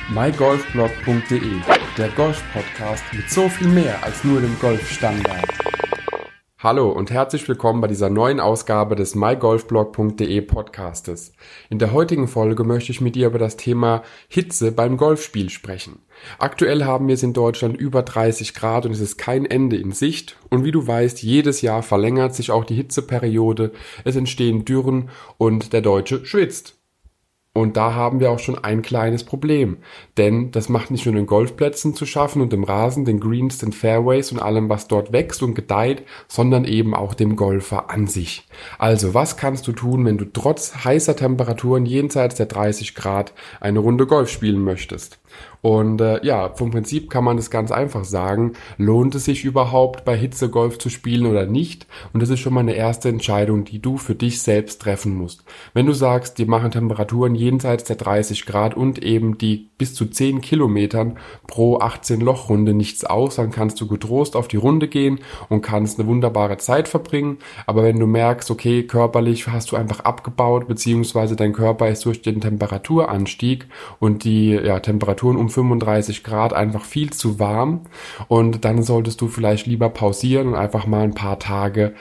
mygolfblog.de, der Golf-Podcast mit so viel mehr als nur dem Golfstandard. Hallo und herzlich willkommen bei dieser neuen Ausgabe des mygolfblog.de Podcastes. In der heutigen Folge möchte ich mit dir über das Thema Hitze beim Golfspiel sprechen. Aktuell haben wir es in Deutschland über 30 Grad und es ist kein Ende in Sicht. Und wie du weißt, jedes Jahr verlängert sich auch die Hitzeperiode, es entstehen Dürren und der Deutsche schwitzt. Und da haben wir auch schon ein kleines Problem, denn das macht nicht nur den Golfplätzen zu schaffen und dem Rasen, den Greens, den Fairways und allem, was dort wächst und gedeiht, sondern eben auch dem Golfer an sich. Also, was kannst du tun, wenn du trotz heißer Temperaturen jenseits der 30 Grad eine Runde Golf spielen möchtest? Und vom Prinzip kann man das ganz einfach sagen, lohnt es sich überhaupt bei Hitze Golf zu spielen oder nicht? Und das ist schon mal eine erste Entscheidung, die du für dich selbst treffen musst. Wenn du sagst, dir machen Temperaturen jenseits der 30 Grad und eben die bis zu 10 Kilometern pro 18-Loch-Runde nichts aus, dann kannst du getrost auf die Runde gehen und kannst eine wunderbare Zeit verbringen. Aber wenn du merkst, okay, körperlich hast du einfach abgebaut, beziehungsweise dein Körper ist durch den Temperaturanstieg und die Temperaturen um 35 Grad einfach viel zu warm, und dann solltest du vielleicht lieber pausieren und einfach mal ein paar Tage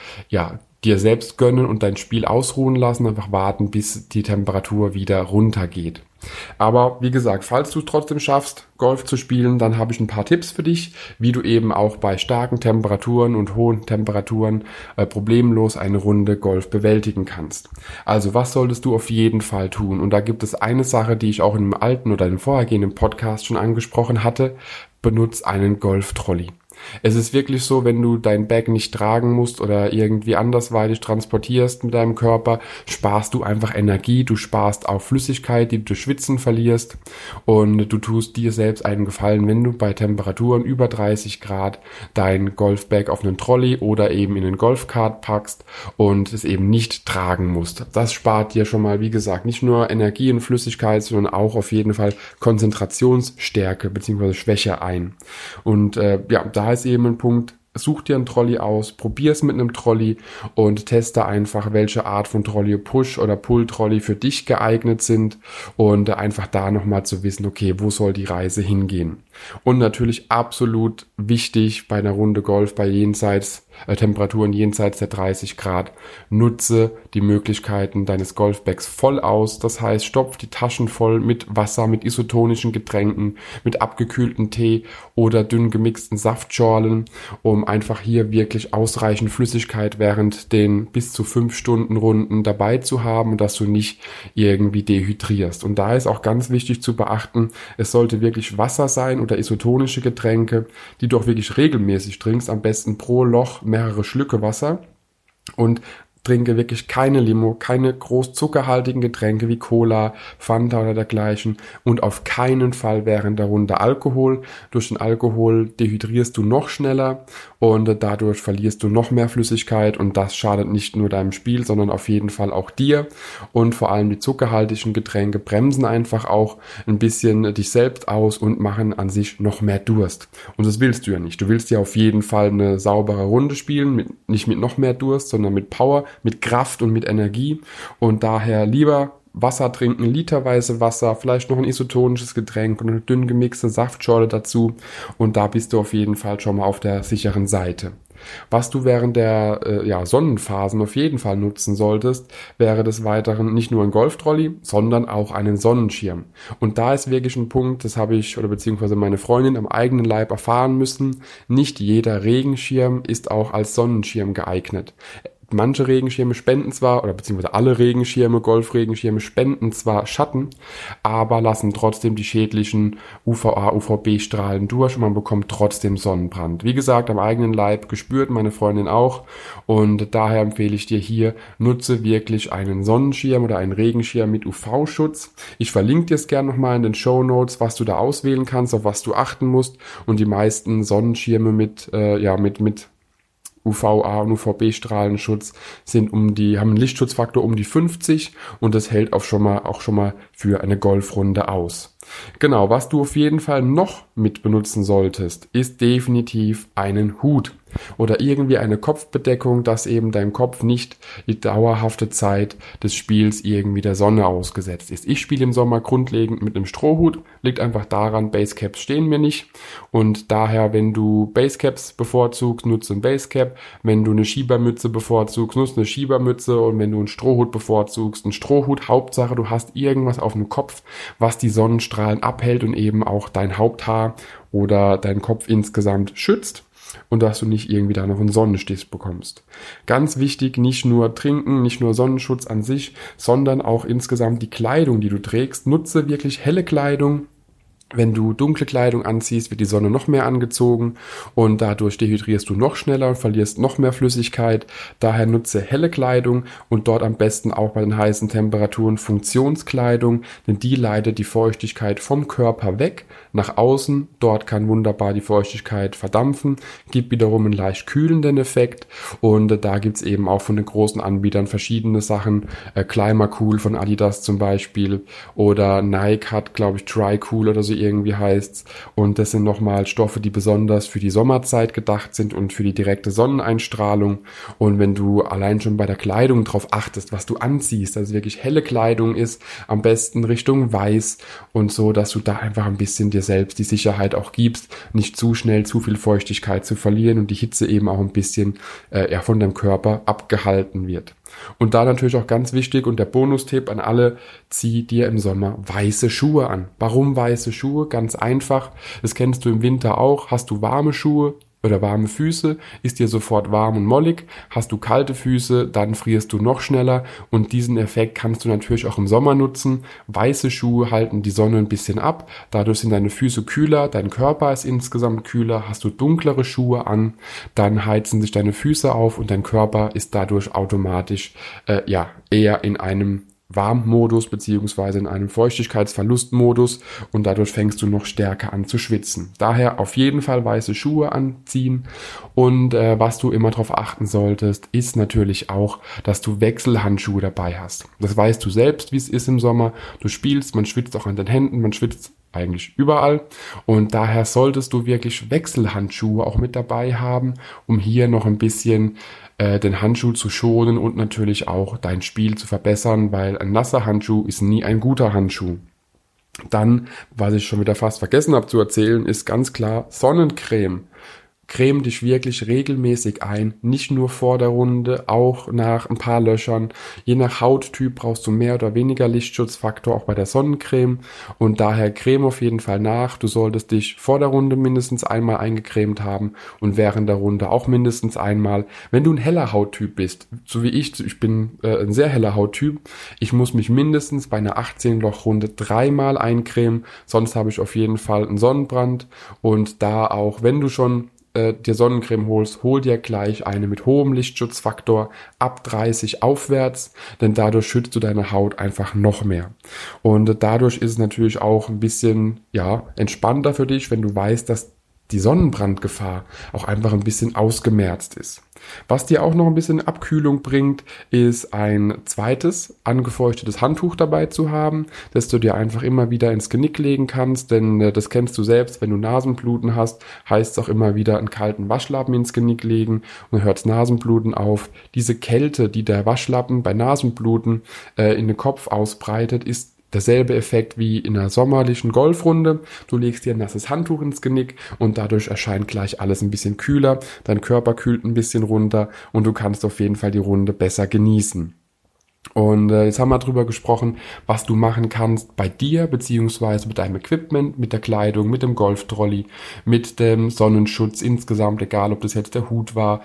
dir selbst gönnen und dein Spiel ausruhen lassen, einfach warten, bis die Temperatur wieder runtergeht. Aber wie gesagt, falls du es trotzdem schaffst, Golf zu spielen, dann habe ich ein paar Tipps für dich, wie du eben auch bei starken Temperaturen und hohen Temperaturen problemlos eine Runde Golf bewältigen kannst. Also, was solltest du auf jeden Fall tun? Und da gibt es eine Sache, die ich auch in einem alten oder im vorhergehenden Podcast schon angesprochen hatte: Benutz einen Golftrolley. Es ist wirklich so, wenn du dein Bag nicht tragen musst oder irgendwie andersweitig transportierst mit deinem Körper, sparst du einfach Energie, du sparst auch Flüssigkeit, die du durch Schwitzen verlierst, und du tust dir selbst einen Gefallen, wenn du bei Temperaturen über 30 Grad dein Golfbag auf einen Trolley oder eben in den Golfkart packst und es eben nicht tragen musst. Das spart dir schon mal, wie gesagt, nicht nur Energie und Flüssigkeit, sondern auch auf jeden Fall Konzentrationsstärke bzw. Schwäche ein. Und da ist eben ein Punkt: Such dir einen Trolley aus, probier's mit einem Trolley und teste einfach, welche Art von Trolley, Push- oder Pull-Trolley für dich geeignet sind, und einfach da nochmal zu wissen, okay, wo soll die Reise hingehen. Und natürlich absolut wichtig bei einer Runde Golf bei Temperaturen jenseits der 30 Grad, nutze die Möglichkeiten deines Golfbags voll aus. Das heißt, stopf die Taschen voll mit Wasser, mit isotonischen Getränken, mit abgekühlten Tee oder dünn gemixten Saftschorlen, um einfach hier wirklich ausreichend Flüssigkeit während den bis zu 5 Stunden Runden dabei zu haben und dass du nicht irgendwie dehydrierst. Und da ist auch ganz wichtig zu beachten, es sollte wirklich Wasser sein oder isotonische Getränke, die du auch wirklich regelmäßig trinkst, am besten pro Loch mehrere Schlücke Wasser, und trinke wirklich keine Limo, keine groß zuckerhaltigen Getränke wie Cola, Fanta oder dergleichen, und auf keinen Fall während der Runde Alkohol. Durch den Alkohol dehydrierst du noch schneller und dadurch verlierst du noch mehr Flüssigkeit, und das schadet nicht nur deinem Spiel, sondern auf jeden Fall auch dir. Und vor allem die zuckerhaltigen Getränke bremsen einfach auch ein bisschen dich selbst aus und machen an sich noch mehr Durst. Und das willst du ja nicht. Du willst ja auf jeden Fall eine saubere Runde spielen, nicht mit noch mehr Durst, sondern mit Power, mit Kraft und mit Energie, und daher lieber Wasser trinken, literweise Wasser, vielleicht noch ein isotonisches Getränk und eine dünn gemixte Saftschorle dazu, und da bist du auf jeden Fall schon mal auf der sicheren Seite. Was du während der Sonnenphasen auf jeden Fall nutzen solltest, wäre des Weiteren nicht nur ein Golftrolley, sondern auch einen Sonnenschirm. Und da ist wirklich ein Punkt, das habe ich beziehungsweise meine Freundin am eigenen Leib erfahren müssen: Nicht jeder Regenschirm ist auch als Sonnenschirm geeignet. Manche Regenschirme spenden zwar, oder beziehungsweise alle Regenschirme, Golfregenschirme spenden zwar Schatten, aber lassen trotzdem die schädlichen UVA, UVB-Strahlen durch, und man bekommt trotzdem Sonnenbrand. Wie gesagt, am eigenen Leib gespürt, meine Freundin auch, und daher empfehle ich dir hier, nutze wirklich einen Sonnenschirm oder einen Regenschirm mit UV-Schutz. Ich verlinke dir es gerne nochmal in den Shownotes, was du da auswählen kannst, auf was du achten musst, und die meisten Sonnenschirme mit UVA und UVB-Strahlenschutz haben einen Lichtschutzfaktor um die 50, und das hält auch schon mal für eine Golfrunde aus. Genau, was du auf jeden Fall noch mit benutzen solltest, ist definitiv einen Hut. oder irgendwie eine Kopfbedeckung, dass eben dein Kopf nicht die dauerhafte Zeit des Spiels irgendwie der Sonne ausgesetzt ist. Ich spiele im Sommer grundlegend mit einem Strohhut, liegt einfach daran, Basecaps stehen mir nicht und daher, wenn du Basecaps bevorzugst, nutze ein Basecap, wenn du eine Schiebermütze bevorzugst, nutze eine Schiebermütze und wenn du einen Strohhut bevorzugst, einen Strohhut. Hauptsache, du hast irgendwas auf dem Kopf, was die Sonnenstrahlen abhält und eben auch dein Haupthaar oder deinen Kopf insgesamt schützt und dass du nicht irgendwie da noch einen Sonnenstich bekommst. Ganz wichtig, nicht nur trinken, nicht nur Sonnenschutz an sich, sondern auch insgesamt die Kleidung, die du trägst. Nutze wirklich helle Kleidung. Wenn du dunkle Kleidung anziehst, wird die Sonne noch mehr angezogen und dadurch dehydrierst du noch schneller und verlierst noch mehr Flüssigkeit. Daher nutze helle Kleidung und dort am besten auch bei den heißen Temperaturen Funktionskleidung, denn die leitet die Feuchtigkeit vom Körper weg nach außen. Dort kann wunderbar die Feuchtigkeit verdampfen, gibt wiederum einen leicht kühlenden Effekt und da gibt's eben auch von den großen Anbietern verschiedene Sachen. Climacool von Adidas zum Beispiel oder Nike hat, glaube ich, Drycool oder so irgendwie heißt's. Und das sind nochmal Stoffe, die besonders für die Sommerzeit gedacht sind und für die direkte Sonneneinstrahlung. Und wenn du allein schon bei der Kleidung drauf achtest, was du anziehst, also wirklich helle Kleidung ist, am besten Richtung weiß und so, dass du da einfach ein bisschen dir selbst die Sicherheit auch gibst, nicht zu schnell zu viel Feuchtigkeit zu verlieren und die Hitze eben auch ein bisschen von deinem Körper abgehalten wird. Und da natürlich auch ganz wichtig und der Bonustipp an alle, zieh dir im Sommer weiße Schuhe an. Warum weiße Schuhe? Ganz einfach, das kennst du im Winter auch. Hast du warme Schuhe oder warme Füße, ist dir sofort warm und mollig. Hast du kalte Füße, dann frierst du noch schneller und diesen Effekt kannst du natürlich auch im Sommer nutzen. Weiße Schuhe halten die Sonne ein bisschen ab, dadurch sind deine Füße kühler, dein Körper ist insgesamt kühler. Hast du dunklere Schuhe an, dann heizen sich deine Füße auf und dein Körper ist dadurch automatisch eher in einem Warmmodus beziehungsweise in einem Feuchtigkeitsverlustmodus und dadurch fängst du noch stärker an zu schwitzen. Daher auf jeden Fall weiße Schuhe anziehen und was du immer darauf achten solltest, ist natürlich auch, dass du Wechselhandschuhe dabei hast. Das weißt du selbst, wie es ist im Sommer. Du spielst, man schwitzt auch an den Händen, man schwitzt eigentlich überall und daher solltest du wirklich Wechselhandschuhe auch mit dabei haben, um hier noch ein bisschen den Handschuh zu schonen und natürlich auch dein Spiel zu verbessern, weil ein nasser Handschuh ist nie ein guter Handschuh. Dann, was ich schon wieder fast vergessen habe zu erzählen, ist ganz klar Sonnencreme. Creme dich wirklich regelmäßig ein, nicht nur vor der Runde, auch nach ein paar Löchern. Je nach Hauttyp brauchst du mehr oder weniger Lichtschutzfaktor, auch bei der Sonnencreme. Und daher Creme auf jeden Fall nach. Du solltest dich vor der Runde mindestens einmal eingecremt haben und während der Runde auch mindestens einmal. Wenn du ein heller Hauttyp bist, so wie ich bin ein sehr heller Hauttyp, ich muss mich mindestens bei einer 18-Loch-Runde 3-mal eincremen, sonst habe ich auf jeden Fall einen Sonnenbrand. Und da auch, wenn du schon dir Sonnencreme holst, hol dir gleich eine mit hohem Lichtschutzfaktor ab 30 aufwärts, denn dadurch schützt du deine Haut einfach noch mehr. Und dadurch ist es natürlich auch ein bisschen entspannter für dich, wenn du weißt, dass die Sonnenbrandgefahr auch einfach ein bisschen ausgemerzt ist. Was dir auch noch ein bisschen Abkühlung bringt, ist ein zweites angefeuchtetes Handtuch dabei zu haben, das du dir einfach immer wieder ins Genick legen kannst, denn das kennst du selbst, wenn du Nasenbluten hast, heißt es auch immer wieder einen kalten Waschlappen ins Genick legen und dann hört Nasenbluten auf. Diese Kälte, die der Waschlappen bei Nasenbluten in den Kopf ausbreitet, ist derselbe Effekt wie in einer sommerlichen Golfrunde. Du legst dir ein nasses Handtuch ins Genick und dadurch erscheint gleich alles ein bisschen kühler. Dein Körper kühlt ein bisschen runter und du kannst auf jeden Fall die Runde besser genießen. Und jetzt haben wir drüber gesprochen, was du machen kannst bei dir, beziehungsweise mit deinem Equipment, mit der Kleidung, mit dem Golftrolley, mit dem Sonnenschutz insgesamt, egal ob das jetzt der Hut war,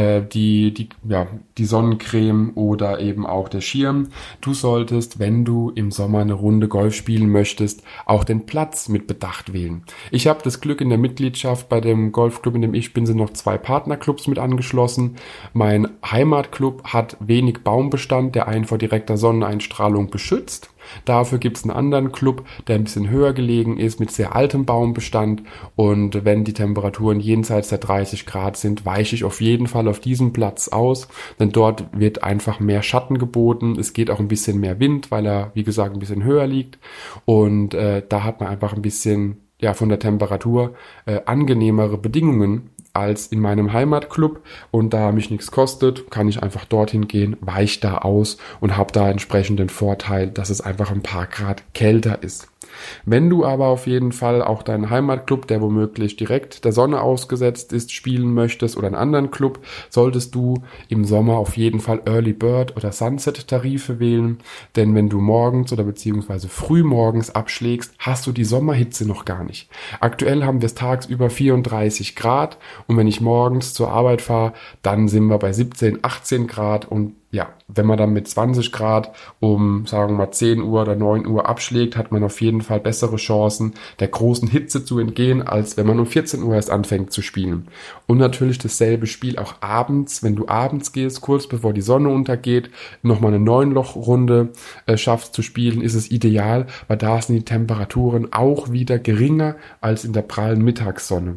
die Sonnencreme oder eben auch der Schirm. Du solltest, wenn du im Sommer eine Runde Golf spielen möchtest, auch den Platz mit Bedacht wählen. Ich habe das Glück, in der Mitgliedschaft bei dem Golfclub, in dem ich bin, sind noch 2 Partnerclubs mit angeschlossen. Mein Heimatclub hat wenig Baumbestand, der einen vor direkter Sonneneinstrahlung beschützt. Dafür gibt es einen anderen Club, der ein bisschen höher gelegen ist, mit sehr altem Baumbestand. Und wenn die Temperaturen jenseits der 30 Grad sind, weiche ich auf jeden Fall auf diesen Platz aus, denn dort wird einfach mehr Schatten geboten. Es geht auch ein bisschen mehr Wind, weil er, wie gesagt, ein bisschen höher liegt. Und da hat man einfach ein bisschen von der Temperatur angenehmere Bedingungen als in meinem Heimatclub, und da mich nichts kostet, kann ich einfach dorthin gehen, weiche da aus und habe da entsprechend den Vorteil, dass es einfach ein paar Grad kälter ist. Wenn du aber auf jeden Fall auch deinen Heimatclub, der womöglich direkt der Sonne ausgesetzt ist, spielen möchtest oder einen anderen Club, solltest du im Sommer auf jeden Fall Early Bird oder Sunset Tarife wählen, denn wenn du morgens oder beziehungsweise früh morgens abschlägst, hast du die Sommerhitze noch gar nicht. Aktuell haben wir es tagsüber 34 Grad und wenn ich morgens zur Arbeit fahre, dann sind wir bei 17, 18 Grad und ja, wenn man dann mit 20 Grad um, sagen wir mal, 10 Uhr oder 9 Uhr abschlägt, hat man auf jeden Fall bessere Chancen, der großen Hitze zu entgehen, als wenn man um 14 Uhr erst anfängt zu spielen. Und natürlich dasselbe Spiel auch abends, wenn du abends gehst, kurz bevor die Sonne untergeht, nochmal eine 9-Loch-Runde schaffst zu spielen, ist es ideal, weil da sind die Temperaturen auch wieder geringer als in der prallen Mittagssonne.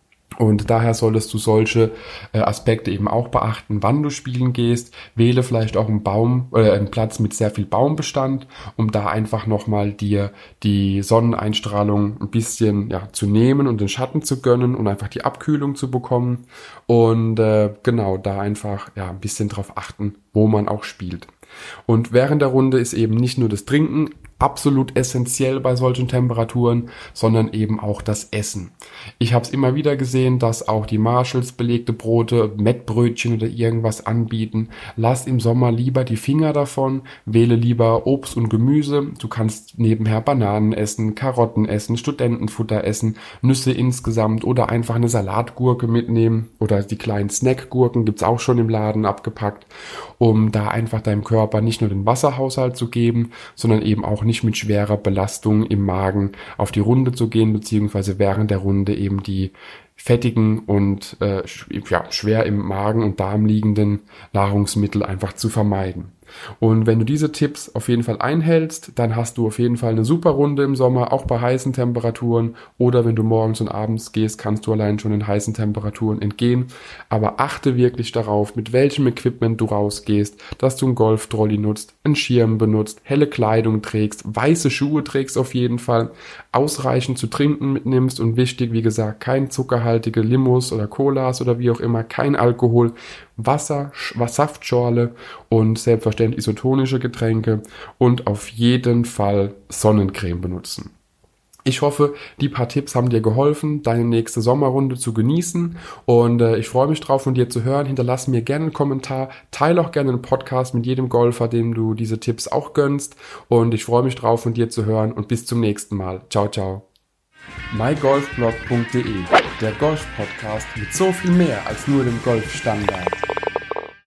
Und daher solltest du solche Aspekte eben auch beachten, wann du spielen gehst. Wähle vielleicht auch einen Platz mit sehr viel Baumbestand, um da einfach nochmal dir die Sonneneinstrahlung ein bisschen zu nehmen und den Schatten zu gönnen und einfach die Abkühlung zu bekommen. Und genau, da einfach ein bisschen drauf achten, wo man auch spielt. Und während der Runde ist eben nicht nur das Trinken absolut essentiell bei solchen Temperaturen, sondern eben auch das Essen. Ich habe es immer wieder gesehen, dass auch die Marshalls belegte Brote, Mettbrötchen oder irgendwas anbieten. Lass im Sommer lieber die Finger davon, wähle lieber Obst und Gemüse. Du kannst nebenher Bananen essen, Karotten essen, Studentenfutter essen, Nüsse insgesamt oder einfach eine Salatgurke mitnehmen oder die kleinen Snackgurken gibt's auch schon im Laden abgepackt, um da einfach deinem Körper nicht nur den Wasserhaushalt zu geben, sondern eben auch nicht mit schwerer Belastung im Magen auf die Runde zu gehen, beziehungsweise während der Runde eben die fettigen und schwer im Magen und Darm liegenden Nahrungsmittel einfach zu vermeiden. Und wenn du diese Tipps auf jeden Fall einhältst, dann hast du auf jeden Fall eine super Runde im Sommer, auch bei heißen Temperaturen, oder wenn du morgens und abends gehst, kannst du allein schon in heißen Temperaturen entgehen. Aber achte wirklich darauf, mit welchem Equipment du rausgehst, dass du einen Golftrolley nutzt, einen Schirm benutzt, helle Kleidung trägst, weiße Schuhe trägst auf jeden Fall, ausreichend zu trinken mitnimmst und wichtig, wie gesagt, kein zuckerhaltige Limos oder Colas oder wie auch immer, kein Alkohol, Wasser, Saftschorle und selbstverständlich isotonische Getränke und auf jeden Fall Sonnencreme benutzen. Ich hoffe, die paar Tipps haben dir geholfen, deine nächste Sommerrunde zu genießen und ich freue mich drauf, von dir zu hören. Hinterlass mir gerne einen Kommentar, teile auch gerne einen Podcast mit jedem Golfer, dem du diese Tipps auch gönnst und ich freue mich drauf, von dir zu hören und bis zum nächsten Mal. Ciao, ciao. mygolfblog.de, der Golf-Podcast mit so viel mehr als nur dem Golfstandard.